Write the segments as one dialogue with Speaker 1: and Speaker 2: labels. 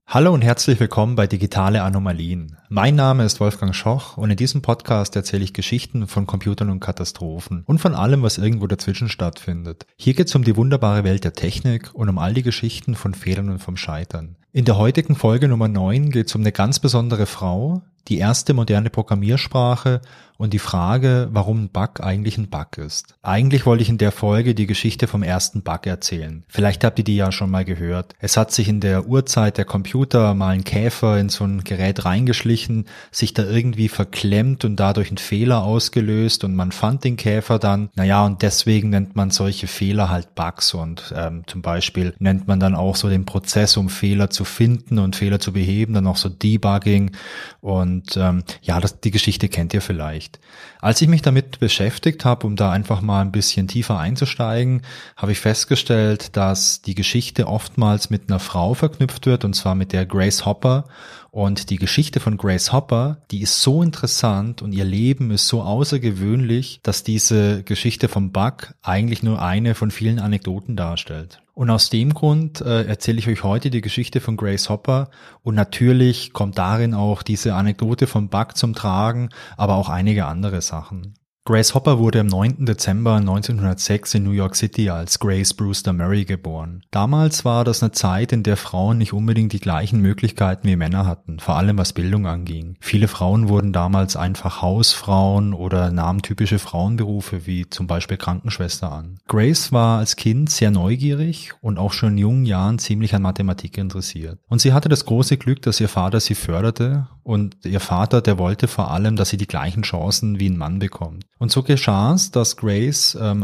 Speaker 1: Hallo und herzlich willkommen bei Digitale Anomalien. Mein Name ist Wolfgang Schoch und in diesem Podcast erzähle ich Geschichten von Computern und Katastrophen und von allem, was irgendwo dazwischen stattfindet. Hier geht es um die wunderbare Welt der Technik und um all die Geschichten von Fehlern und vom Scheitern. In der heutigen Folge Nummer 9 geht es um eine ganz besondere Frau, die erste moderne Programmiersprache und die Frage, warum ein Bug eigentlich ein Bug ist. Eigentlich wollte ich in der Folge die Geschichte vom ersten Bug erzählen. Vielleicht habt ihr die ja schon mal gehört. Es hat sich in der Urzeit der Computer mal ein Käfer in so ein Gerät reingeschlichen, sich da irgendwie verklemmt und dadurch einen Fehler ausgelöst und man fand den Käfer dann. Und deswegen nennt man solche Fehler halt Bugs und zum Beispiel nennt man dann auch so den Prozess, um Fehler zu finden und Fehler zu beheben, dann auch so Debugging und die Geschichte kennt ihr vielleicht. Als ich mich damit beschäftigt habe, um da einfach mal ein bisschen tiefer einzusteigen, habe ich festgestellt, dass die Geschichte oftmals mit einer Frau verknüpft wird, und zwar mit der Grace Hopper. Und die Geschichte von Grace Hopper, die ist so interessant und ihr Leben ist so außergewöhnlich, dass diese Geschichte vom Bug eigentlich nur eine von vielen Anekdoten darstellt. Und aus dem Grund erzähle ich euch heute die Geschichte von Grace Hopper und natürlich kommt darin auch diese Anekdote vom Bug zum Tragen, aber auch einige andere Sachen. Grace Hopper wurde am 9. Dezember 1906 in New York City als Grace Brewster Murray geboren. Damals war das eine Zeit, in der Frauen nicht unbedingt die gleichen Möglichkeiten wie Männer hatten, vor allem was Bildung anging. Viele Frauen wurden damals einfach Hausfrauen oder nahmen typische Frauenberufe wie zum Beispiel Krankenschwester an. Grace war als Kind sehr neugierig und auch schon in jungen Jahren ziemlich an Mathematik interessiert. Und sie hatte das große Glück, dass ihr Vater sie förderte und ihr Vater, der wollte vor allem, dass sie die gleichen Chancen wie ein Mann bekommt. Und so geschah es, dass Grace von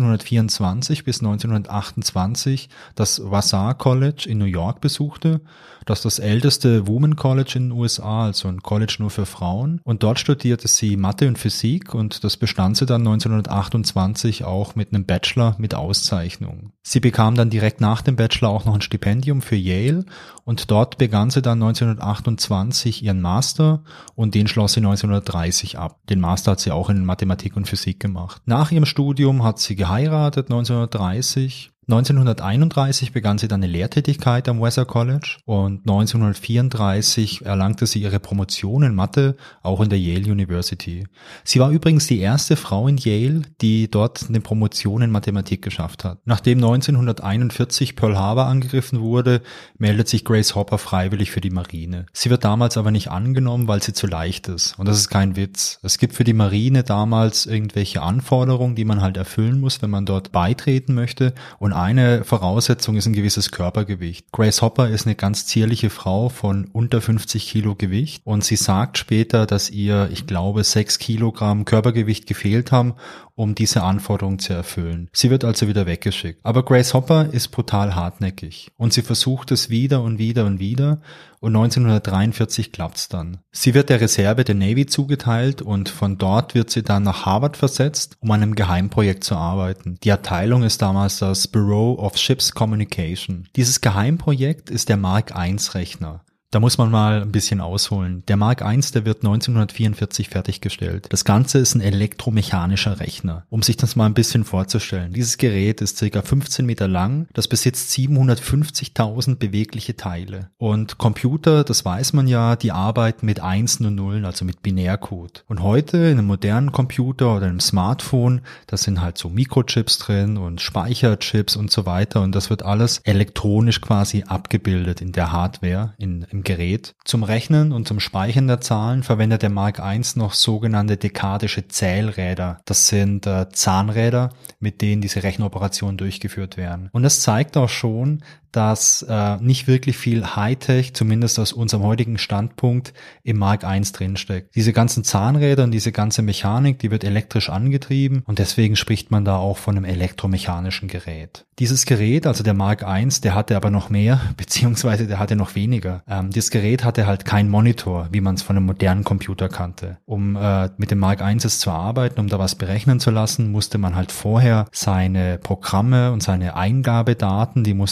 Speaker 1: 1924 bis 1928 das Vassar College in New York besuchte. Das ist das älteste Women College in den USA, also ein College nur für Frauen. Und dort studierte sie Mathe und Physik und das bestand sie dann 1928 auch mit einem Bachelor mit Auszeichnung. Sie bekam dann direkt nach dem Bachelor auch noch ein Stipendium für Yale und dort begann sie dann 1928 ihren Master und den schloss sie 1930 ab. Den Master hat sie auch in Mathematik und Physik gemacht. Nach ihrem Studium hat sie geheiratet 1930. 1931 begann sie dann eine Lehrtätigkeit am Vassar College und 1934 erlangte sie ihre Promotion in Mathe, auch in der Yale University. Sie war übrigens die erste Frau in Yale, die dort eine Promotion in Mathematik geschafft hat. Nachdem 1941 Pearl Harbor angegriffen wurde, meldet sich Grace Hopper freiwillig für die Marine. Sie wird damals aber nicht angenommen, weil sie zu leicht ist. Und das ist kein Witz. Es gibt für die Marine damals irgendwelche Anforderungen, die man halt erfüllen muss, wenn man dort beitreten möchte. Und eine Voraussetzung ist ein gewisses Körpergewicht. Grace Hopper ist eine ganz zierliche Frau von unter 50 Kilo Gewicht und sie sagt später, dass ihr, ich glaube, 6 Kilogramm Körpergewicht gefehlt haben, um diese Anforderung zu erfüllen. Sie wird also wieder weggeschickt. Aber Grace Hopper ist brutal hartnäckig und sie versucht es wieder und wieder und wieder und 1943 klappt's dann. Sie wird der Reserve der Navy zugeteilt und von dort wird sie dann nach Harvard versetzt, um an einem Geheimprojekt zu arbeiten. Die Abteilung ist damals das Bureau of Ships Communication. Dieses Geheimprojekt ist der Mark I Rechner. Da muss man mal ein bisschen ausholen. Der Mark I, der wird 1944 fertiggestellt. Das Ganze ist ein elektromechanischer Rechner. Um sich das mal ein bisschen vorzustellen. Dieses Gerät ist ca. 15 Meter lang. Das besitzt 750.000 bewegliche Teile. Und Computer, das weiß man ja, die arbeiten mit Einsen und Nullen, also mit Binärcode. Und heute in einem modernen Computer oder einem Smartphone, da sind halt so Mikrochips drin und Speicherchips und so weiter. Und das wird alles elektronisch quasi abgebildet in der Hardware, im Gerät. Zum Rechnen und zum Speichern der Zahlen verwendet der Mark I noch sogenannte dekadische Zählräder. Das sind Zahnräder, mit denen diese Rechenoperationen durchgeführt werden. Und das zeigt auch schon, dass nicht wirklich viel Hightech, zumindest aus unserem heutigen Standpunkt, im Mark I drinsteckt. Diese ganzen Zahnräder und diese ganze Mechanik, die wird elektrisch angetrieben und deswegen spricht man da auch von einem elektromechanischen Gerät. Dieses Gerät, also der Mark I, der hatte aber noch mehr, beziehungsweise der hatte noch weniger. Dieses Gerät hatte halt keinen Monitor, wie man es von einem modernen Computer kannte. Um mit dem Mark I zu arbeiten, um da was berechnen zu lassen, musste man halt vorher seine Programme und seine Eingabedaten, die musste man umstellen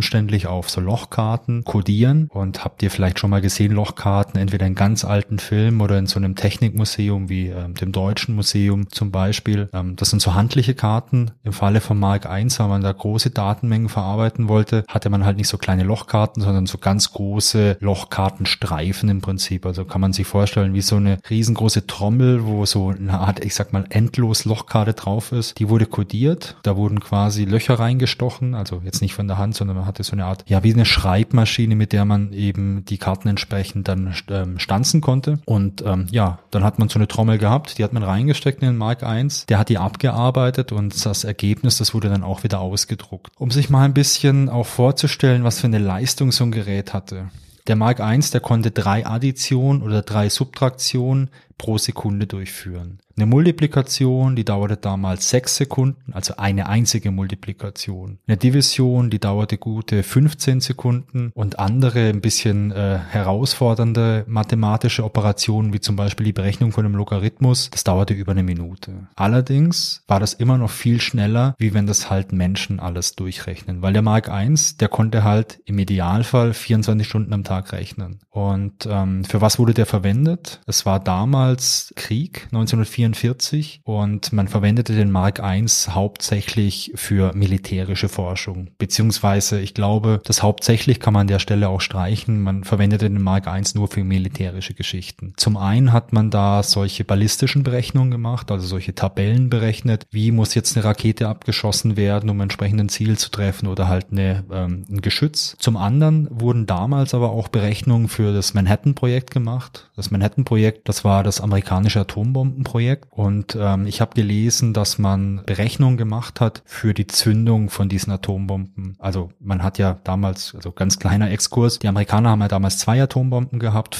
Speaker 1: umständlich auf so Lochkarten codieren. Und habt ihr vielleicht schon mal gesehen, Lochkarten, entweder in ganz alten Filmen oder in so einem Technikmuseum wie dem Deutschen Museum zum Beispiel. Das sind so handliche Karten. Im Falle von Mark I, wenn man da große Datenmengen verarbeiten wollte, hatte man halt nicht so kleine Lochkarten, sondern so ganz große Lochkartenstreifen im Prinzip. Also kann man sich vorstellen, wie so eine riesengroße Trommel, wo so eine Art, ich sag mal, endlos Lochkarte drauf ist. Die wurde codiert. Da wurden quasi Löcher reingestochen, also jetzt nicht von der Hand, sondern man hatte so eine Art, ja, wie eine Schreibmaschine, mit der man eben die Karten entsprechend dann stanzen konnte. Und dann hat man so eine Trommel gehabt, die hat man reingesteckt in den Mark I, der hat die abgearbeitet und das Ergebnis, das wurde dann auch wieder ausgedruckt. Um sich mal ein bisschen auch vorzustellen, was für eine Leistung so ein Gerät hatte. Der Mark I, der konnte 3 Additionen oder 3 Subtraktionen pro Sekunde durchführen. Eine Multiplikation, die dauerte damals 6 Sekunden, also eine einzige Multiplikation. Eine Division, die dauerte gute 15 Sekunden und andere ein bisschen herausfordernde mathematische Operationen, wie zum Beispiel die Berechnung von einem Logarithmus, das dauerte über eine Minute. Allerdings war das immer noch viel schneller, wie wenn das halt Menschen alles durchrechnen, weil der Mark I, der konnte halt im Idealfall 24 Stunden am Tag rechnen. Und für was wurde der verwendet? Es war damals Krieg, 1944, und man verwendete den Mark I hauptsächlich für militärische Forschung, beziehungsweise ich glaube, das hauptsächlich kann man an der Stelle auch streichen, man verwendete den Mark I nur für militärische Geschichten. Zum einen hat man da solche ballistischen Berechnungen gemacht, also solche Tabellen berechnet, wie muss jetzt eine Rakete abgeschossen werden, um entsprechend ein Ziel zu treffen oder halt ein Geschütz. Zum anderen wurden damals aber auch Berechnungen für das Manhattan-Projekt gemacht. Das Manhattan-Projekt, das war das amerikanische Atombombenprojekt und ich habe gelesen, dass man Berechnungen gemacht hat für die Zündung von diesen Atombomben. Also man hat ja damals, also ganz kleiner Exkurs, die Amerikaner haben ja damals 2 Atombomben gehabt,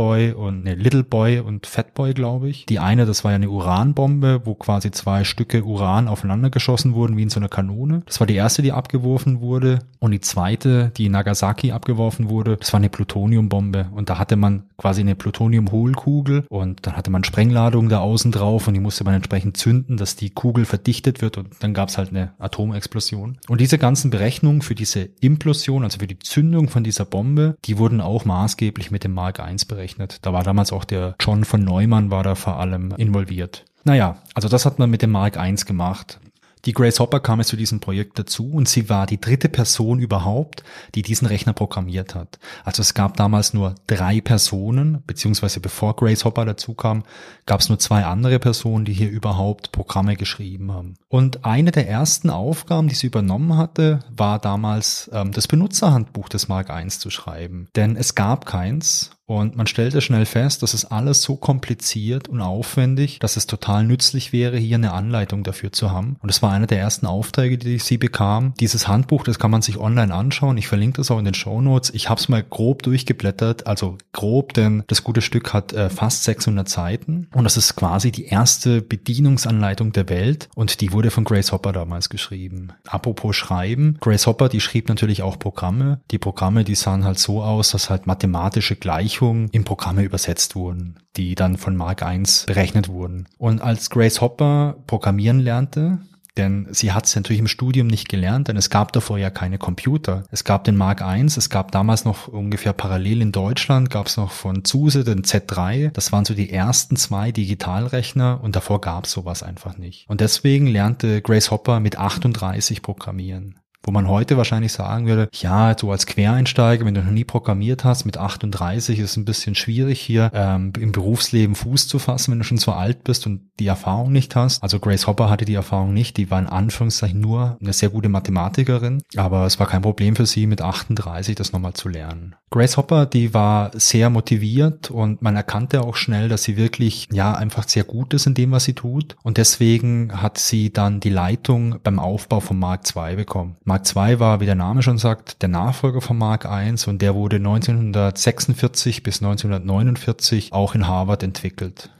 Speaker 1: Little Boy und Fat Boy, glaube ich. Die eine, das war ja eine Uranbombe, wo quasi 2 Stücke Uran aufeinander geschossen wurden, wie in so einer Kanone. Das war die erste, die abgeworfen wurde. Und die zweite, die in Nagasaki abgeworfen wurde, das war eine Plutoniumbombe. Und da hatte man quasi eine Plutonium-Hohlkugel und dann hatte man Sprengladung da außen drauf und die musste man entsprechend zünden, dass die Kugel verdichtet wird und dann gab es halt eine Atomexplosion. Und diese ganzen Berechnungen für diese Implosion, also für die Zündung von dieser Bombe, die wurden auch maßgeblich mit dem Mark I berechnet. Da war damals auch der John von Neumann war da vor allem involviert. Naja, also das hat man mit dem Mark I gemacht. Die Grace Hopper kam jetzt zu diesem Projekt dazu und sie war die 3. Person überhaupt, die diesen Rechner programmiert hat. Also es gab damals nur 3 Personen, beziehungsweise bevor Grace Hopper dazu kam, gab es nur 2 andere Personen, die hier überhaupt Programme geschrieben haben. Und eine der ersten Aufgaben, die sie übernommen hatte, war damals das Benutzerhandbuch des Mark I zu schreiben. Denn es gab keins. Und man stellte schnell fest, dass es alles so kompliziert und aufwendig, dass es total nützlich wäre, hier eine Anleitung dafür zu haben. Und es war einer der ersten Aufträge, die sie bekam. Dieses Handbuch, das kann man sich online anschauen. Ich verlinke das auch in den Shownotes. Ich habe es mal grob durchgeblättert, also grob, denn das gute Stück hat fast 600 Seiten. Und das ist quasi die erste Bedienungsanleitung der Welt. Und die wurde von Grace Hopper damals geschrieben. Apropos Schreiben, Grace Hopper, die schrieb natürlich auch Programme. Die Programme, die sahen halt so aus, dass halt mathematische Gleichungen in Programme übersetzt wurden, die dann von Mark I berechnet wurden. Und als Grace Hopper programmieren lernte, denn sie hat es natürlich im Studium nicht gelernt, denn es gab davor ja keine Computer. Es gab den Mark I, es gab damals noch ungefähr parallel in Deutschland, gab es noch von SUSE den Z3. Das waren so die ersten 2 Digitalrechner und davor gab es sowas einfach nicht. Und deswegen lernte Grace Hopper mit 38 programmieren. Wo man heute wahrscheinlich sagen würde, ja, so als Quereinsteiger, wenn du noch nie programmiert hast, mit 38 ist es ein bisschen schwierig hier im Berufsleben Fuß zu fassen, wenn du schon so alt bist und die Erfahrung nicht hast. Also Grace Hopper hatte die Erfahrung nicht, die war in Anführungszeichen nur eine sehr gute Mathematikerin, aber es war kein Problem für sie, mit 38 das nochmal zu lernen. Grace Hopper, die war sehr motiviert und man erkannte auch schnell, dass sie wirklich, ja, einfach sehr gut ist in dem, was sie tut und deswegen hat sie dann die Leitung beim Aufbau von Mark II bekommen. Mark II war, wie der Name schon sagt, der Nachfolger von Mark I und der wurde 1946 bis 1949 auch in Harvard entwickelt.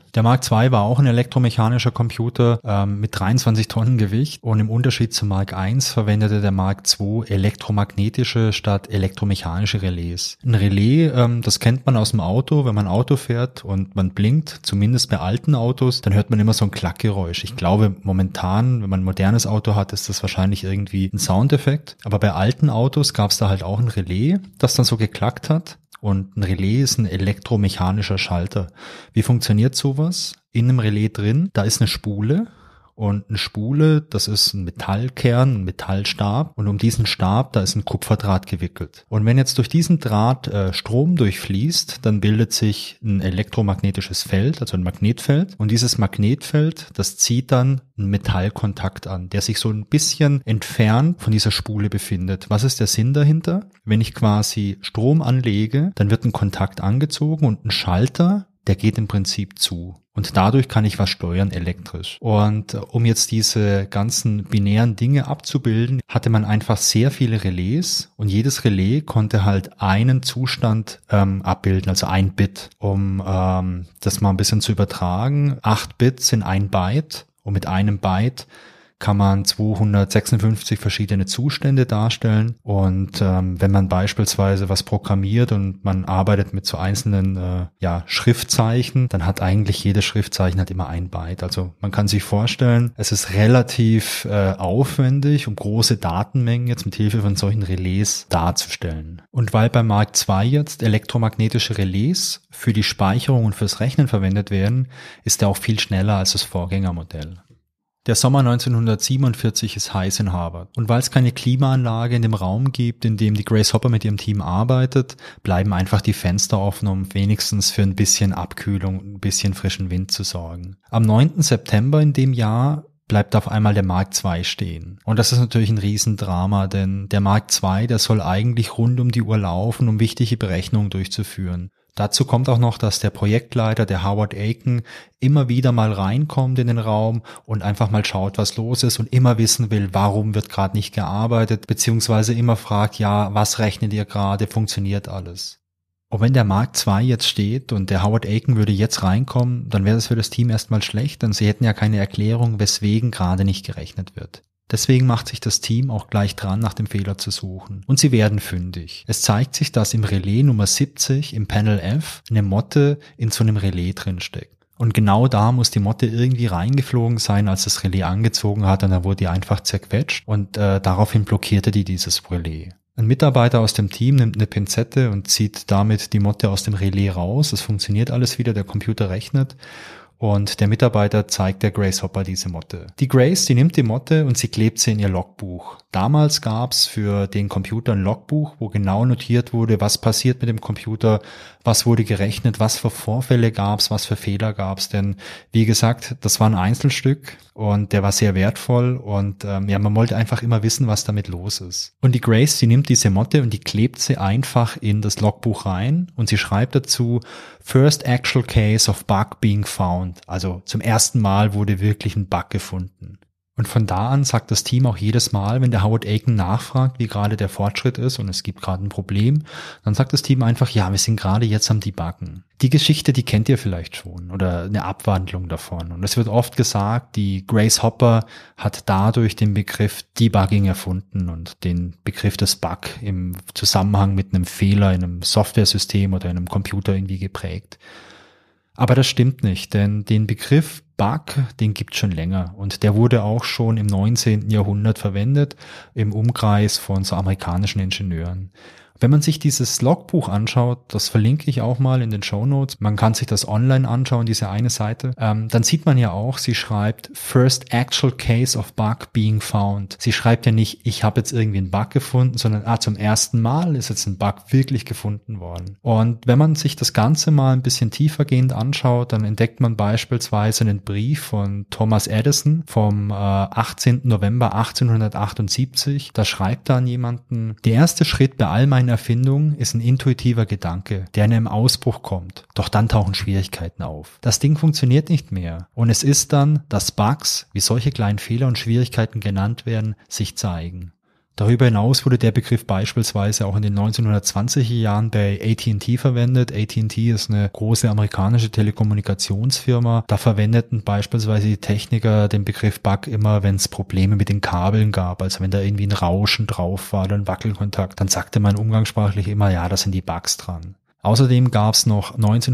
Speaker 1: Der Mark II war auch ein elektromechanischer Computer mit 23 Tonnen Gewicht und im Unterschied zum Mark I verwendete der Mark II elektromagnetische statt elektromechanische Relais. Ein Relais, das kennt man aus dem Auto, wenn man Auto fährt und man blinkt, zumindest bei alten Autos, dann hört man immer so ein Klackgeräusch. Ich glaube, momentan, wenn man ein modernes Auto hat, ist das wahrscheinlich irgendwie ein Soundeffekt. Aber bei alten Autos gab es da halt auch ein Relais, das dann so geklackt hat. Und ein Relais ist ein elektromechanischer Schalter. Wie funktioniert sowas? In einem Relais drin, da ist eine Spule. Und eine Spule, das ist ein Metallkern, ein Metallstab. Und um diesen Stab, da ist ein Kupferdraht gewickelt. Und wenn jetzt durch diesen Draht Strom durchfließt, dann bildet sich ein elektromagnetisches Feld, also ein Magnetfeld. Und dieses Magnetfeld, das zieht dann einen Metallkontakt an, der sich so ein bisschen entfernt von dieser Spule befindet. Was ist der Sinn dahinter? Wenn ich quasi Strom anlege, dann wird ein Kontakt angezogen und ein Schalter, der geht im Prinzip zu. Und dadurch kann ich was steuern elektrisch. Und um jetzt diese ganzen binären Dinge abzubilden, hatte man einfach sehr viele Relais und jedes Relais konnte halt einen Zustand abbilden, also ein Bit. Um das mal ein bisschen zu übertragen, 8 Bits sind 1 Byte und mit einem Byte kann man 256 verschiedene Zustände darstellen. Und wenn man beispielsweise was programmiert und man arbeitet mit so einzelnen Schriftzeichen, dann hat eigentlich jedes Schriftzeichen halt immer 1 Byte. Also man kann sich vorstellen, es ist relativ aufwendig, um große Datenmengen jetzt mit Hilfe von solchen Relais darzustellen. Und weil beim Mark II jetzt elektromagnetische Relais für die Speicherung und fürs Rechnen verwendet werden, ist er auch viel schneller als das Vorgängermodell. Der Sommer 1947 ist heiß in Harvard. Und weil es keine Klimaanlage in dem Raum gibt, in dem die Grace Hopper mit ihrem Team arbeitet, bleiben einfach die Fenster offen, um wenigstens für ein bisschen Abkühlung, ein bisschen frischen Wind zu sorgen. Am 9. September in dem Jahr bleibt auf einmal der Mark II stehen. Und das ist natürlich ein Riesendrama, denn der Mark II, der soll eigentlich rund um die Uhr laufen, um wichtige Berechnungen durchzuführen. Dazu kommt auch noch, dass der Projektleiter, der Howard Aiken, immer wieder mal reinkommt in den Raum und einfach mal schaut, was los ist und immer wissen will, warum wird gerade nicht gearbeitet, beziehungsweise immer fragt, ja, was rechnet ihr gerade, funktioniert alles? Und wenn der Mark II jetzt steht und der Howard Aiken würde jetzt reinkommen, dann wäre das für das Team erstmal schlecht, denn sie hätten ja keine Erklärung, weswegen gerade nicht gerechnet wird. Deswegen macht sich das Team auch gleich dran, nach dem Fehler zu suchen. Und sie werden fündig. Es zeigt sich, dass im Relais Nummer 70 im Panel F eine Motte in so einem Relais drin steckt. Und genau da muss die Motte irgendwie reingeflogen sein, als das Relais angezogen hat, und dann wurde die einfach zerquetscht und daraufhin blockierte die dieses Relais. Ein Mitarbeiter aus dem Team nimmt eine Pinzette und zieht damit die Motte aus dem Relais raus. Es funktioniert alles wieder, der Computer rechnet. Und der Mitarbeiter zeigt der Grace Hopper diese Motte. Die Grace, die nimmt die Motte und sie klebt sie in ihr Logbuch. Damals gab's für den Computer ein Logbuch, wo genau notiert wurde, was passiert mit dem Computer, was wurde gerechnet, was für Vorfälle gab's, was für Fehler gab's. Denn wie gesagt, das war ein Einzelstück und der war sehr wertvoll und man wollte einfach immer wissen, was damit los ist. Und die Grace, die nimmt diese Motte und die klebt sie einfach in das Logbuch rein und sie schreibt dazu, First actual case of bug being found. Also zum ersten Mal wurde wirklich ein Bug gefunden. Und von da an sagt das Team auch jedes Mal, wenn der Howard Aiken nachfragt, wie gerade der Fortschritt ist und es gibt gerade ein Problem, dann sagt das Team einfach, ja, wir sind gerade jetzt am Debuggen. Die Geschichte, die kennt ihr vielleicht schon oder eine Abwandlung davon. Und es wird oft gesagt, die Grace Hopper hat dadurch den Begriff Debugging erfunden und den Begriff des Bug im Zusammenhang mit einem Fehler in einem Softwaresystem oder in einem Computer irgendwie geprägt. Aber das stimmt nicht, denn den Begriff Bug, den gibt's schon länger und der wurde auch schon im 19. Jahrhundert verwendet im Umkreis von so amerikanischen Ingenieuren. Wenn man sich dieses Logbuch anschaut, das verlinke ich auch mal in den Shownotes, man kann sich das online anschauen, diese eine Seite, dann sieht man ja auch, sie schreibt First actual case of bug being found. Sie schreibt ja nicht, ich habe jetzt irgendwie einen Bug gefunden, sondern zum ersten Mal ist jetzt ein Bug wirklich gefunden worden. Und wenn man sich das Ganze mal ein bisschen tiefergehend anschaut, dann entdeckt man beispielsweise einen Brief von Thomas Edison vom 18. November 1878. Da schreibt dann jemanden, der erste Schritt bei all meinen Erfindung ist ein intuitiver Gedanke, der in einem Ausbruch kommt. Doch dann tauchen Schwierigkeiten auf. Das Ding funktioniert nicht mehr. Und es ist dann, dass Bugs, wie solche kleinen Fehler und Schwierigkeiten genannt werden, sich zeigen. Darüber hinaus wurde der Begriff beispielsweise auch in den 1920er Jahren bei AT&T verwendet. AT&T ist eine große amerikanische Telekommunikationsfirma. Da verwendeten beispielsweise die Techniker den Begriff Bug immer, wenn es Probleme mit den Kabeln gab. Also wenn da irgendwie ein Rauschen drauf war oder ein Wackelkontakt, dann sagte man umgangssprachlich immer, ja, da sind die Bugs dran. Außerdem gab es noch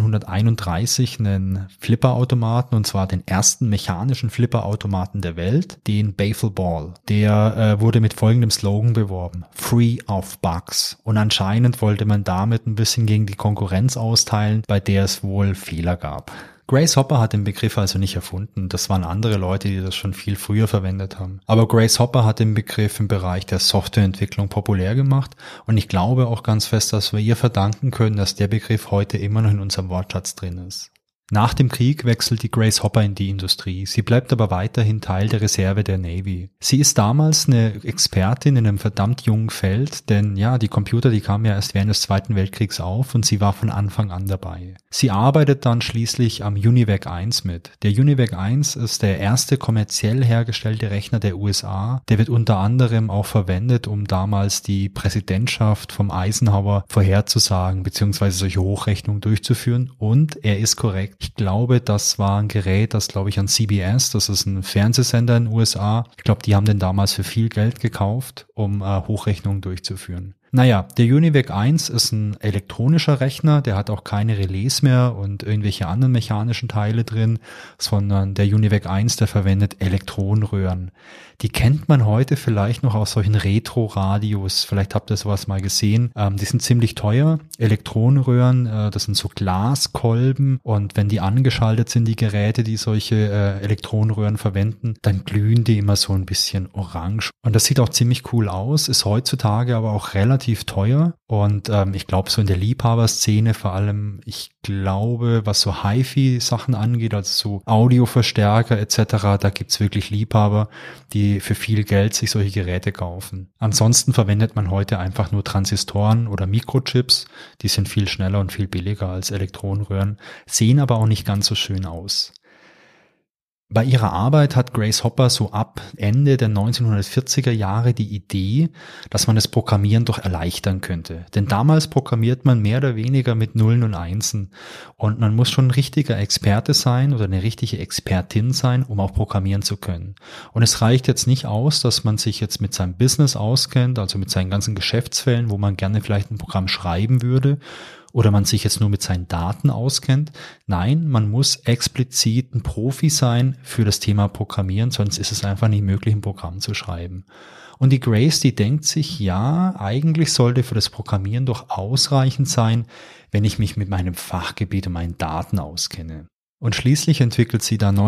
Speaker 1: 1931 einen Flipperautomaten, und zwar den ersten mechanischen Flipperautomaten der Welt, den Baffle Ball. Der wurde mit folgendem Slogan beworben: Free of Bugs. Und anscheinend wollte man damit ein bisschen gegen die Konkurrenz austeilen, bei der es wohl Fehler gab. Grace Hopper hat den Begriff also nicht erfunden. Das waren andere Leute, die das schon viel früher verwendet haben. Aber Grace Hopper hat den Begriff im Bereich der Softwareentwicklung populär gemacht, und ich glaube auch ganz fest, dass wir ihr verdanken können, dass der Begriff heute immer noch in unserem Wortschatz drin ist. Nach dem Krieg wechselt die Grace Hopper in die Industrie. Sie bleibt aber weiterhin Teil der Reserve der Navy. Sie ist damals eine Expertin in einem verdammt jungen Feld, denn ja, die Computer, die kamen ja erst während des Zweiten Weltkriegs auf, und sie war von Anfang an dabei. Sie arbeitet dann schließlich am UNIVAC 1 mit. Der UNIVAC 1 ist der erste kommerziell hergestellte Rechner der USA. Der wird unter anderem auch verwendet, um damals die Präsidentschaft vom Eisenhower vorherzusagen bzw. solche Hochrechnungen durchzuführen, und er ist korrekt. Ich glaube, das war ein Gerät, das glaube ich an CBS, das ist ein Fernsehsender in den USA. Ich glaube, die haben den damals für viel Geld gekauft, um Hochrechnungen durchzuführen. Naja, der UNIVAC 1 ist ein elektronischer Rechner, der hat auch keine Relais mehr und irgendwelche anderen mechanischen Teile drin, sondern der UNIVAC 1, der verwendet Elektronenröhren. Die kennt man heute vielleicht noch aus solchen Retro-Radios, vielleicht habt ihr sowas mal gesehen. Die sind ziemlich teuer. Elektronenröhren, das sind so Glaskolben, und wenn die angeschaltet sind, die Geräte, die solche Elektronenröhren verwenden, dann glühen die immer so ein bisschen orange. Und das sieht auch ziemlich cool aus, ist heutzutage aber auch relativ teuer, und ich glaube so in der Liebhaberszene vor allem, ich glaube, was so Hi-Fi-Sachen angeht, also so Audioverstärker etc., da gibt's wirklich Liebhaber, die für viel Geld sich solche Geräte kaufen. Ansonsten verwendet man heute einfach nur Transistoren oder Mikrochips, die sind viel schneller und viel billiger als Elektronenröhren, sehen aber auch nicht ganz so schön aus. Bei ihrer Arbeit hat Grace Hopper so ab Ende der 1940er Jahre die Idee, dass man das Programmieren doch erleichtern könnte. Denn damals programmiert man mehr oder weniger mit Nullen und Einsen, und man muss schon ein richtiger Experte sein oder eine richtige Expertin sein, um auch programmieren zu können. Und es reicht jetzt nicht aus, dass man sich jetzt mit seinem Business auskennt, also mit seinen ganzen Geschäftsfällen, wo man gerne vielleicht ein Programm schreiben würde, oder man sich jetzt nur mit seinen Daten auskennt. Nein, man muss explizit ein Profi sein für das Thema Programmieren, sonst ist es einfach nicht möglich, ein Programm zu schreiben. Und die Grace, die denkt sich, ja, eigentlich sollte für das Programmieren doch ausreichend sein, wenn ich mich mit meinem Fachgebiet und meinen Daten auskenne. Und schließlich entwickelt sie dann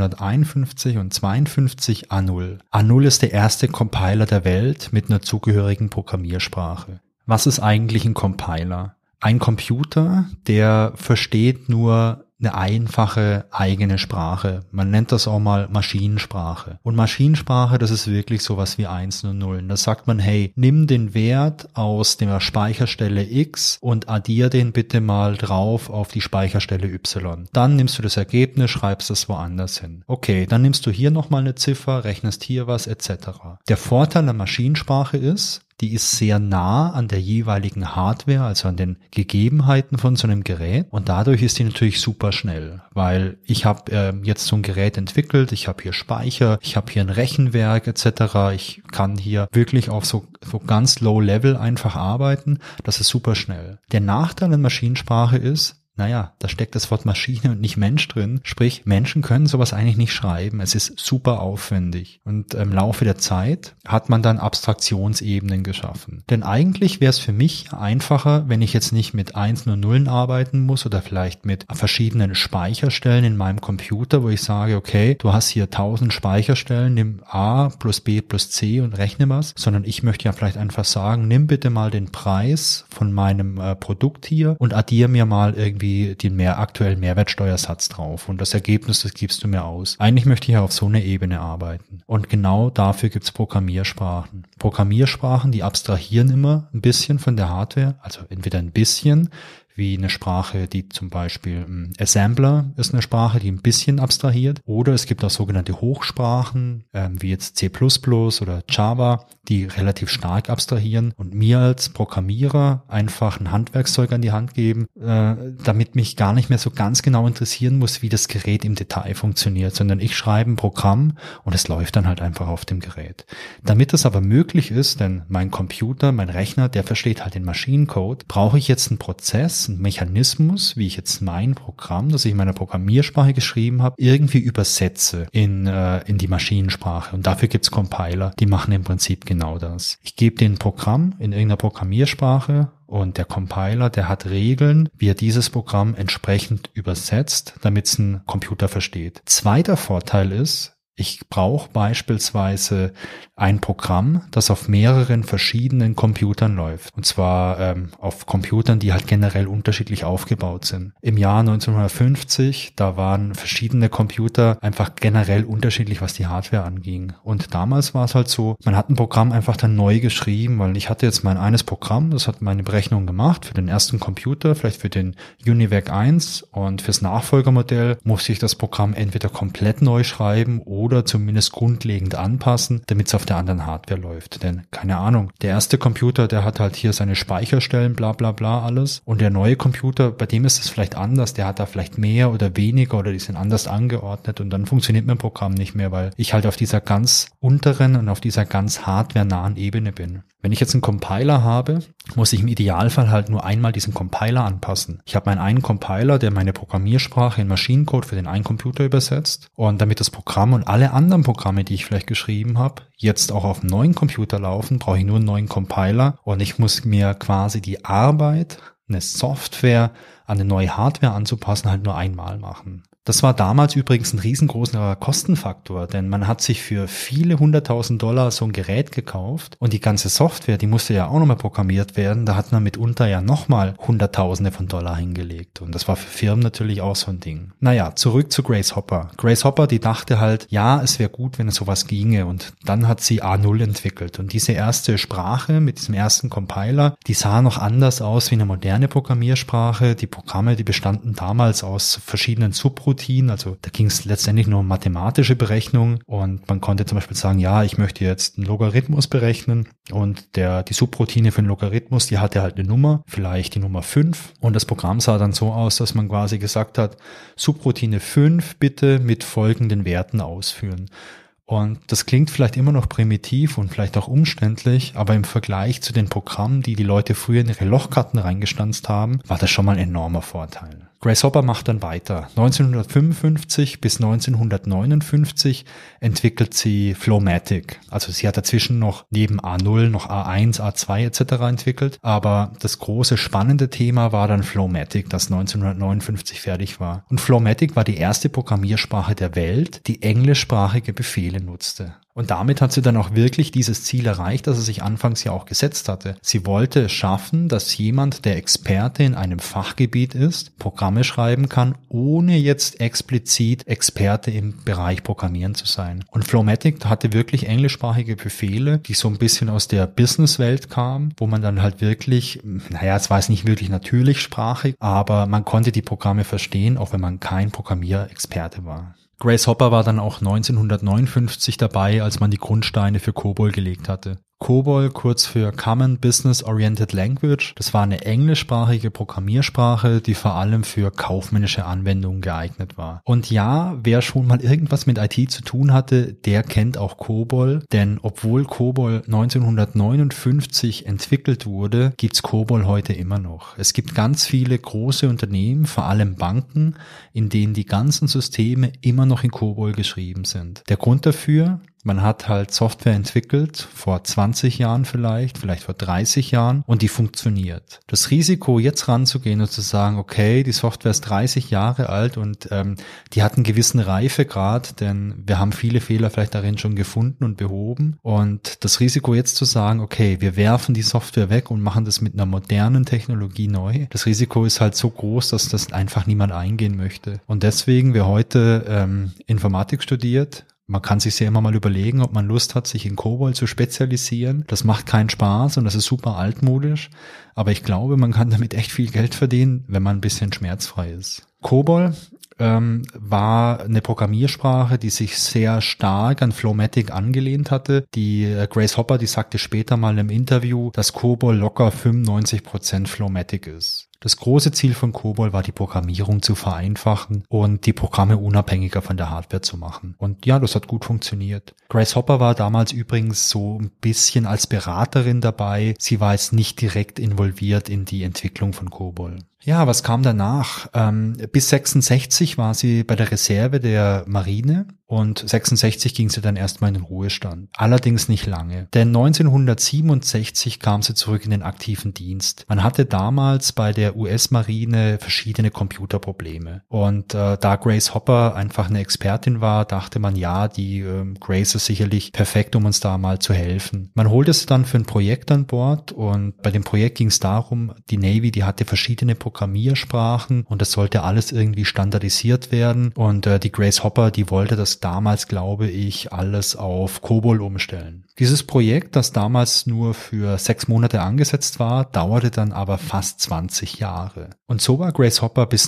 Speaker 1: 1951 und 52 A0. A0 ist der erste Compiler der Welt mit einer zugehörigen Programmiersprache. Was ist eigentlich ein Compiler? Ein Computer, der versteht nur eine einfache eigene Sprache. Man nennt das auch mal Maschinensprache. Und Maschinensprache, das ist wirklich sowas wie Einsen und Nullen. Da sagt man, hey, nimm den Wert aus der Speicherstelle X und addier den bitte mal drauf auf die Speicherstelle Y. Dann nimmst du das Ergebnis, schreibst es woanders hin. Okay, dann nimmst du hier nochmal eine Ziffer, rechnest hier was etc. Der Vorteil der Maschinensprache ist, die ist sehr nah an der jeweiligen Hardware, also an den Gegebenheiten von so einem Gerät, und dadurch ist die natürlich super schnell, weil ich habe jetzt so ein Gerät entwickelt, ich habe hier Speicher, ich habe hier ein Rechenwerk etc., ich kann hier wirklich auf so ganz low level einfach arbeiten, das ist super schnell. Der Nachteil an Maschinensprache ist, naja, da steckt das Wort Maschine und nicht Mensch drin. Sprich, Menschen können sowas eigentlich nicht schreiben. Es ist super aufwendig. Und im Laufe der Zeit hat man dann Abstraktionsebenen geschaffen. Denn eigentlich wäre es für mich einfacher, wenn ich jetzt nicht mit Einsen und Nullen arbeiten muss oder vielleicht mit verschiedenen Speicherstellen in meinem Computer, wo ich sage, okay, du hast hier 1000 Speicherstellen, nimm A plus B plus C und rechne was. Sondern ich möchte ja vielleicht einfach sagen, nimm bitte mal den Preis von meinem Produkt hier und addiere mir mal irgendwie den aktuellen Mehrwertsteuersatz drauf, und das Ergebnis, das gibst du mir aus. Eigentlich möchte ich ja auf so einer Ebene arbeiten, und genau dafür gibt's Programmiersprachen. Programmiersprachen, die abstrahieren immer ein bisschen von der Hardware, also entweder ein bisschen, wie eine Sprache, die zum Beispiel Assembler ist eine Sprache, die ein bisschen abstrahiert. Oder es gibt auch sogenannte Hochsprachen, wie jetzt C++ oder Java, die relativ stark abstrahieren und mir als Programmierer einfach ein Handwerkszeug an die Hand geben, damit mich gar nicht mehr so ganz genau interessieren muss, wie das Gerät im Detail funktioniert, sondern ich schreibe ein Programm und es läuft dann halt einfach auf dem Gerät. Damit das aber möglich ist, denn mein Computer, mein Rechner, der versteht halt den Maschinencode, brauche ich jetzt einen Prozess, einen Mechanismus, wie ich jetzt mein Programm, das ich in meiner Programmiersprache geschrieben habe, irgendwie übersetze in die Maschinensprache. Und dafür gibt's Compiler, die machen im Prinzip genau das. Ich gebe den Programm in irgendeiner Programmiersprache und der Compiler, der hat Regeln, wie er dieses Programm entsprechend übersetzt, damit es ein Computer versteht. Zweiter Vorteil ist, ich brauche beispielsweise ein Programm, das auf mehreren verschiedenen Computern läuft. Und zwar auf Computern, die halt generell unterschiedlich aufgebaut sind. Im Jahr 1950, da waren verschiedene Computer einfach generell unterschiedlich, was die Hardware anging. Und damals war es halt so, man hat ein Programm einfach dann neu geschrieben, weil ich hatte jetzt mein eines Programm, das hat meine Berechnung gemacht für den ersten Computer, vielleicht für den UNIVAC 1 und fürs Nachfolgermodell musste ich das Programm entweder komplett neu schreiben oder zumindest grundlegend anpassen, damit es auf der anderen Hardware läuft. Denn, keine Ahnung, der erste Computer, der hat halt hier seine Speicherstellen, bla bla bla alles. Und der neue Computer, bei dem ist es vielleicht anders, der hat da vielleicht mehr oder weniger oder die sind anders angeordnet und dann funktioniert mein Programm nicht mehr, weil ich halt auf dieser ganz unteren und auf dieser ganz hardwarenahen Ebene bin. Wenn ich jetzt einen Compiler habe, muss ich im Idealfall halt nur einmal diesen Compiler anpassen. Ich habe meinen einen Compiler, der meine Programmiersprache in Maschinencode für den einen Computer übersetzt und damit das Programm und alle anderen Programme, die ich vielleicht geschrieben habe, jetzt auch auf einem neuen Computer laufen, brauche ich nur einen neuen Compiler und ich muss mir quasi die Arbeit, eine Software an eine neue Hardware anzupassen, halt nur einmal machen. Das war damals übrigens ein riesengroßer Kostenfaktor, denn man hat sich für viele 100.000 Dollar so ein Gerät gekauft und die ganze Software, die musste ja auch nochmal programmiert werden, da hat man mitunter ja nochmal Hunderttausende von Dollar hingelegt und das war für Firmen natürlich auch so ein Ding. Naja, zurück zu Grace Hopper. Grace Hopper, die dachte halt, ja, es wäre gut, wenn es sowas ginge und dann hat sie A0 entwickelt und diese erste Sprache mit diesem ersten Compiler, die sah noch anders aus wie eine moderne Programmiersprache. Die Programme, die bestanden damals aus verschiedenen Subroutinen, also da ging es letztendlich nur um mathematische Berechnungen und man konnte zum Beispiel sagen, ja, ich möchte jetzt einen Logarithmus berechnen und die Subroutine für den Logarithmus, die hatte halt eine Nummer, vielleicht die Nummer 5 und das Programm sah dann so aus, dass man quasi gesagt hat, Subroutine 5 bitte mit folgenden Werten ausführen. Und das klingt vielleicht immer noch primitiv und vielleicht auch umständlich, aber im Vergleich zu den Programmen, die Leute früher in ihre Lochkarten reingestanzt haben, war das schon mal ein enormer Vorteil. Grace Hopper macht dann weiter. 1955 bis 1959 entwickelt sie Flowmatic. Also sie hat dazwischen noch neben A0 noch A1, A2 etc. entwickelt. Aber das große spannende Thema war dann Flowmatic, das 1959 fertig war. Und Flowmatic war die erste Programmiersprache der Welt, die englischsprachige Befehle nutzte. Und damit hat sie dann auch wirklich dieses Ziel erreicht, das sie sich anfangs ja auch gesetzt hatte. Sie wollte es schaffen, dass jemand, der Experte in einem Fachgebiet ist, Programme schreiben kann, ohne jetzt explizit Experte im Bereich Programmieren zu sein. Und Flowmatic hatte wirklich englischsprachige Befehle, die so ein bisschen aus der Businesswelt kamen, wo man dann halt wirklich, es war jetzt nicht wirklich natürlich sprachig, aber man konnte die Programme verstehen, auch wenn man kein Programmierexperte war. Grace Hopper war dann auch 1959 dabei, als man die Grundsteine für COBOL gelegt hatte. COBOL, kurz für Common Business Oriented Language, das war eine englischsprachige Programmiersprache, die vor allem für kaufmännische Anwendungen geeignet war. Und ja, wer schon mal irgendwas mit IT zu tun hatte, der kennt auch COBOL, denn obwohl COBOL 1959 entwickelt wurde, gibt's COBOL heute immer noch. Es gibt ganz viele große Unternehmen, vor allem Banken, in denen die ganzen Systeme immer noch in COBOL geschrieben sind. Der Grund dafür: man hat halt Software entwickelt, vor 20 Jahren vielleicht vor 30 Jahren und die funktioniert. Das Risiko, jetzt ranzugehen und zu sagen, okay, die Software ist 30 Jahre alt und die hat einen gewissen Reifegrad, denn wir haben viele Fehler vielleicht darin schon gefunden und behoben. Und das Risiko jetzt zu sagen, okay, wir werfen die Software weg und machen das mit einer modernen Technologie neu, das Risiko ist halt so groß, dass das einfach niemand eingehen möchte. Und deswegen, wer heute Informatik studiert, Man kann sich ja immer mal überlegen, ob man Lust hat, sich in COBOL zu spezialisieren. Das macht keinen Spaß und das ist super altmodisch. Aber ich glaube, man kann damit echt viel Geld verdienen, wenn man ein bisschen schmerzfrei ist. COBOL war eine Programmiersprache, die sich sehr stark an Flowmatic angelehnt hatte. Die Grace Hopper, die sagte später mal im Interview, dass COBOL locker 95% Flowmatic ist. Das große Ziel von COBOL war, die Programmierung zu vereinfachen und die Programme unabhängiger von der Hardware zu machen. Und ja, das hat gut funktioniert. Grace Hopper war damals übrigens so ein bisschen als Beraterin dabei. Sie war jetzt nicht direkt involviert in die Entwicklung von COBOL. Ja, was kam danach? Bis 66 war sie bei der Reserve der Marine und 66 ging sie dann erstmal in den Ruhestand. Allerdings nicht lange, denn 1967 kam sie zurück in den aktiven Dienst. Man hatte damals bei der US-Marine verschiedene Computerprobleme und da Grace Hopper einfach eine Expertin war, dachte man, ja, die Grace ist sicherlich perfekt, um uns da mal zu helfen. Man holte sie dann für ein Projekt an Bord und bei dem Projekt ging es darum, die Navy, die hatte verschiedene Programmiersprachen und das sollte alles irgendwie standardisiert werden und die Grace Hopper, die wollte das damals, glaube ich, alles auf COBOL umstellen. Dieses Projekt, das damals nur für 6 Monate angesetzt war, dauerte dann aber fast 20 Jahre. Und so war Grace Hopper bis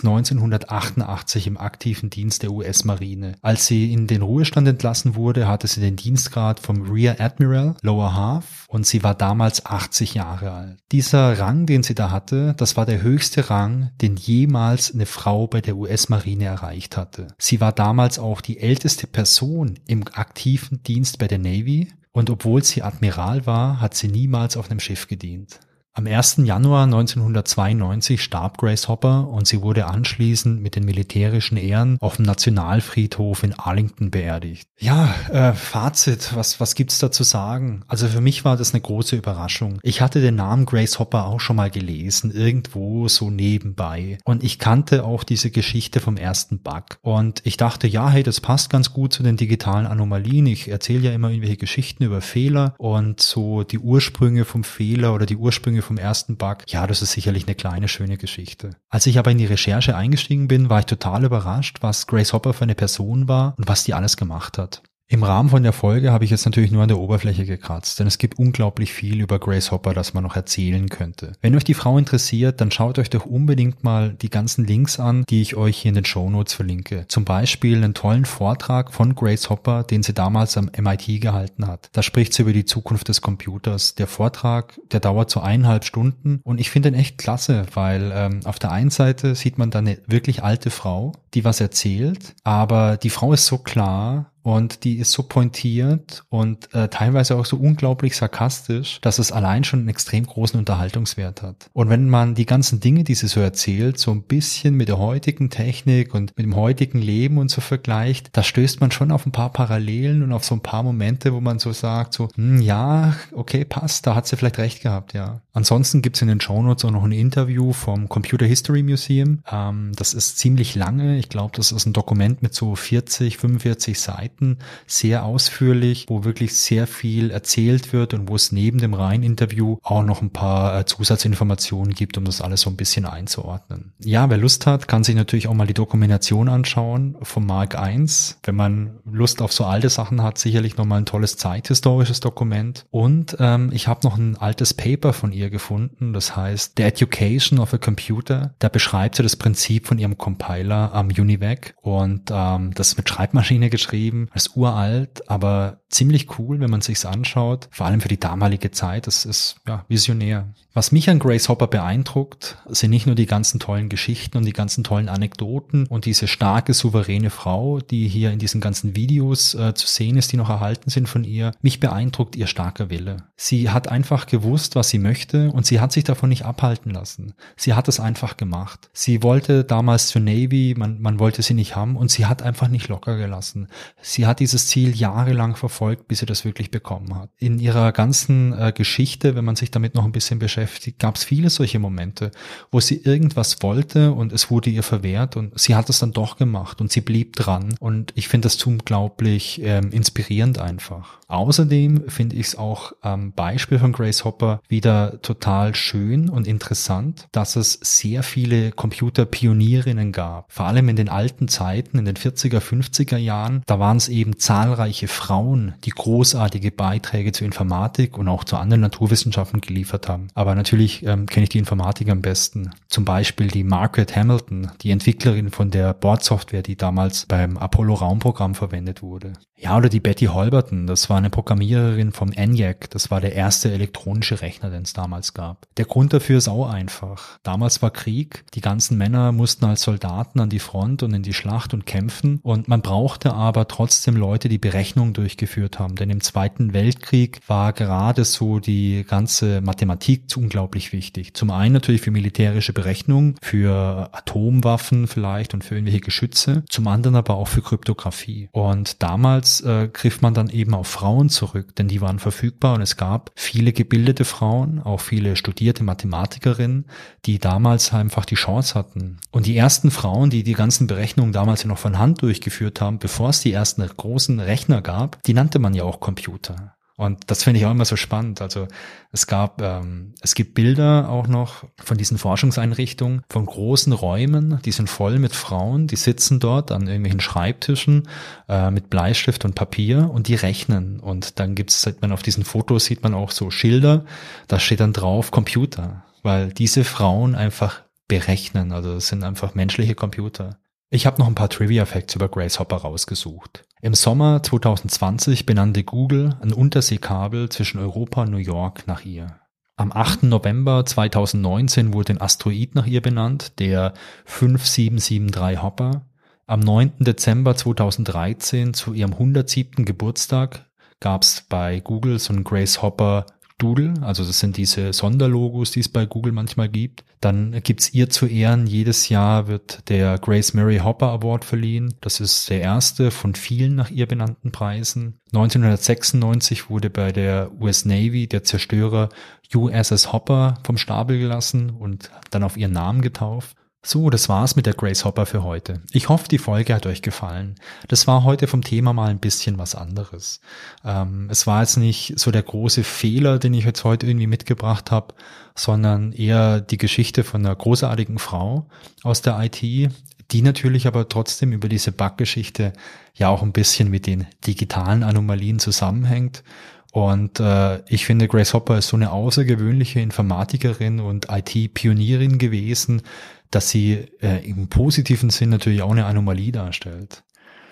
Speaker 1: 1988 im aktiven Dienst der US-Marine. Als sie in den Ruhestand entlassen wurde, hatte sie den Dienstgrad vom Rear Admiral, Lower Half, und sie war damals 80 Jahre alt. Dieser Rang, den sie da hatte, das war der höchste Rang, den jemals eine Frau bei der US-Marine erreicht hatte. Sie war damals auch die älteste Person im aktiven Dienst bei der Navy und obwohl sie Admiral war, hat sie niemals auf einem Schiff gedient. Am 1. Januar 1992 starb Grace Hopper und sie wurde anschließend mit den militärischen Ehren auf dem Nationalfriedhof in Arlington beerdigt. Ja, Fazit, was gibt's da zu sagen? Also für mich war das eine große Überraschung. Ich hatte den Namen Grace Hopper auch schon mal gelesen, irgendwo so nebenbei. Und ich kannte auch diese Geschichte vom ersten Bug. Und ich dachte, ja, hey, das passt ganz gut zu den digitalen Anomalien. Ich erzähle ja immer irgendwelche Geschichten über Fehler und so die Ursprünge vom Fehler oder die Ursprünge vom ersten Bug, ja, das ist sicherlich eine kleine, schöne Geschichte. Als ich aber in die Recherche eingestiegen bin, war ich total überrascht, was Grace Hopper für eine Person war und was die alles gemacht hat. Im Rahmen von der Folge habe ich jetzt natürlich nur an der Oberfläche gekratzt, denn es gibt unglaublich viel über Grace Hopper, das man noch erzählen könnte. Wenn euch die Frau interessiert, dann schaut euch doch unbedingt mal die ganzen Links an, die ich euch hier in den Shownotes verlinke. Zum Beispiel einen tollen Vortrag von Grace Hopper, den sie damals am MIT gehalten hat. Da spricht sie über die Zukunft des Computers. Der Vortrag, der dauert so 1,5 Stunden und ich finde ihn echt klasse, weil auf der einen Seite sieht man da eine wirklich alte Frau, die was erzählt, aber die Frau ist so klar, und die ist so pointiert und teilweise auch so unglaublich sarkastisch, dass es allein schon einen extrem großen Unterhaltungswert hat. Und wenn man die ganzen Dinge, die sie so erzählt, so ein bisschen mit der heutigen Technik und mit dem heutigen Leben und so vergleicht, da stößt man schon auf ein paar Parallelen und auf so ein paar Momente, wo man so sagt, so, ja, okay, passt, da hat sie vielleicht recht gehabt, ja. Ansonsten gibt's in den Shownotes auch noch ein Interview vom Computer History Museum. Das ist ziemlich lange. Ich glaube, das ist ein Dokument mit so 40, 45 Seiten. Sehr ausführlich, wo wirklich sehr viel erzählt wird und wo es neben dem reinen Interview auch noch ein paar Zusatzinformationen gibt, um das alles so ein bisschen einzuordnen. Ja, wer Lust hat, kann sich natürlich auch mal die Dokumentation anschauen vom Mark I. Wenn man Lust auf so alte Sachen hat, sicherlich nochmal ein tolles zeithistorisches Dokument. Und ich habe noch ein altes Paper von ihr gefunden, das heißt The Education of a Computer. Da beschreibt sie das Prinzip von ihrem Compiler am UNIVAC und das ist mit Schreibmaschine geschrieben. Das ist uralt, aber ziemlich cool, wenn man es sich anschaut. Vor allem für die damalige Zeit. Das ist ja visionär. Was mich an Grace Hopper beeindruckt, sind nicht nur die ganzen tollen Geschichten und die ganzen tollen Anekdoten und diese starke, souveräne Frau, die hier in diesen ganzen Videos zu sehen ist, die noch erhalten sind von ihr. Mich beeindruckt ihr starker Wille. Sie hat einfach gewusst, was sie möchte und sie hat sich davon nicht abhalten lassen. Sie hat es einfach gemacht. Sie wollte damals zur Navy, man wollte sie nicht haben und sie hat einfach nicht locker gelassen. Sie hat dieses Ziel jahrelang verfolgt, bis sie das wirklich bekommen hat. In ihrer ganzen Geschichte, wenn man sich damit noch ein bisschen beschäftigt, gab es viele solche Momente, wo sie irgendwas wollte und es wurde ihr verwehrt und sie hat es dann doch gemacht und sie blieb dran und ich finde das unglaublich inspirierend einfach. Außerdem finde ich es auch am Beispiel von Grace Hopper wieder total schön und interessant, dass es sehr viele Computerpionierinnen gab. Vor allem in den alten Zeiten, in den 40er, 50er Jahren, da waren es eben zahlreiche Frauen, die großartige Beiträge zur Informatik und auch zu anderen Naturwissenschaften geliefert haben. Aber natürlich kenne ich die Informatik am besten. Zum Beispiel die Margaret Hamilton, die Entwicklerin von der Bordsoftware, die damals beim Apollo-Raumprogramm verwendet wurde. Ja, oder die Betty Holberton, das war eine Programmiererin vom ENIAC, das war der erste elektronische Rechner, den es damals gab. Der Grund dafür ist auch einfach. Damals war Krieg, die ganzen Männer mussten als Soldaten an die Front und in die Schlacht und kämpfen und man brauchte aber trotzdem Leute, die Berechnungen durchgeführt haben, denn im Zweiten Weltkrieg war gerade so die ganze Mathematik unglaublich wichtig. Zum einen natürlich für militärische Berechnungen, für Atomwaffen vielleicht und für irgendwelche Geschütze, zum anderen aber auch für Kryptographie. Und damals griff man dann eben auf Frauen zurück, denn die waren verfügbar und es gab viele gebildete Frauen, auch viele studierte Mathematikerinnen, die damals einfach die Chance hatten. Und die ersten Frauen, die die ganzen Berechnungen damals ja noch von Hand durchgeführt haben, bevor es die ersten großen Rechner gab, die nannte man ja auch Computer. Und das finde ich auch immer so spannend. Also es gibt Bilder auch noch von diesen Forschungseinrichtungen, von großen Räumen, die sind voll mit Frauen, die sitzen dort an irgendwelchen Schreibtischen mit Bleistift und Papier und die rechnen. Und dann auf diesen Fotos sieht man auch so Schilder, da steht dann drauf Computer, weil diese Frauen einfach berechnen. Also das sind einfach menschliche Computer. Ich habe noch ein paar Trivia-Facts über Grace Hopper rausgesucht. Im Sommer 2020 benannte Google ein Unterseekabel zwischen Europa und New York nach ihr. Am 8. November 2019 wurde ein Asteroid nach ihr benannt, der 5773 Hopper. Am 9. Dezember 2013 zu ihrem 107. Geburtstag gab es bei Google so einen Grace Hopper Doodle, also das sind diese Sonderlogos, die es bei Google manchmal gibt. Dann gibt's ihr zu Ehren, jedes Jahr wird der Grace Mary Hopper Award verliehen. Das ist der erste von vielen nach ihr benannten Preisen. 1996 wurde bei der US Navy der Zerstörer USS Hopper vom Stapel gelassen und dann auf ihren Namen getauft. So, das war's mit der Grace Hopper für heute. Ich hoffe, die Folge hat euch gefallen. Das war heute vom Thema mal ein bisschen was anderes. Es war jetzt nicht so der große Fehler, den ich jetzt heute irgendwie mitgebracht habe, sondern eher die Geschichte von einer großartigen Frau aus der IT, die natürlich aber trotzdem über diese Bug-Geschichte ja auch ein bisschen mit den digitalen Anomalien zusammenhängt. Und ich finde, Grace Hopper ist so eine außergewöhnliche Informatikerin und IT-Pionierin gewesen, dass sie im positiven Sinn natürlich auch eine Anomalie darstellt.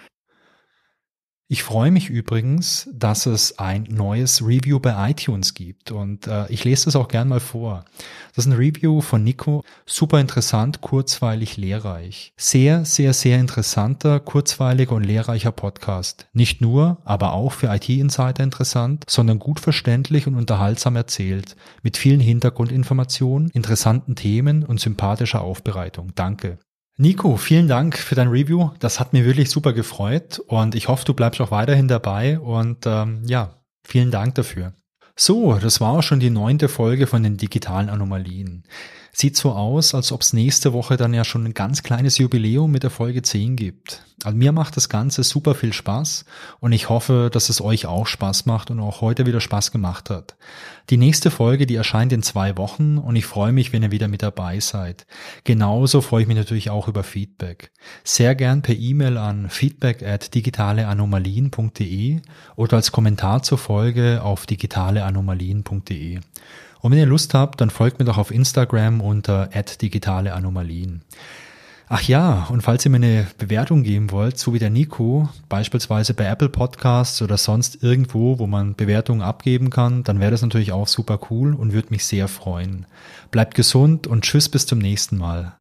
Speaker 1: Ich freue mich übrigens, dass es ein neues Review bei iTunes gibt und ich lese das auch gern mal vor. Das ist ein Review von Nico, super interessant, kurzweilig, lehrreich. Sehr, sehr, sehr interessanter, kurzweiliger und lehrreicher Podcast. Nicht nur, aber auch für IT-Insider interessant, sondern gut verständlich und unterhaltsam erzählt, mit vielen Hintergrundinformationen, interessanten Themen und sympathischer Aufbereitung. Danke. Nico, vielen Dank für dein Review. Das hat mir wirklich super gefreut und ich hoffe, du bleibst auch weiterhin dabei und vielen Dank dafür. So, das war auch schon die 9. Folge von den digitalen Anomalien. Sieht so aus, als ob es nächste Woche dann ja schon ein ganz kleines Jubiläum mit der Folge 10 gibt. Also mir macht das Ganze super viel Spaß und ich hoffe, dass es euch auch Spaß macht und auch heute wieder Spaß gemacht hat. Die nächste Folge, die erscheint in 2 Wochen und ich freue mich, wenn ihr wieder mit dabei seid. Genauso freue ich mich natürlich auch über Feedback. Sehr gern per E-Mail an feedback@digitaleanomalien.de oder als Kommentar zur Folge auf digitaleanomalien.de. Und wenn ihr Lust habt, dann folgt mir doch auf Instagram unter @digitaleanomalien. Ach ja, und falls ihr mir eine Bewertung geben wollt, so wie der Nico, beispielsweise bei Apple Podcasts oder sonst irgendwo, wo man Bewertungen abgeben kann, dann wäre das natürlich auch super cool und würde mich sehr freuen. Bleibt gesund und tschüss bis zum nächsten Mal.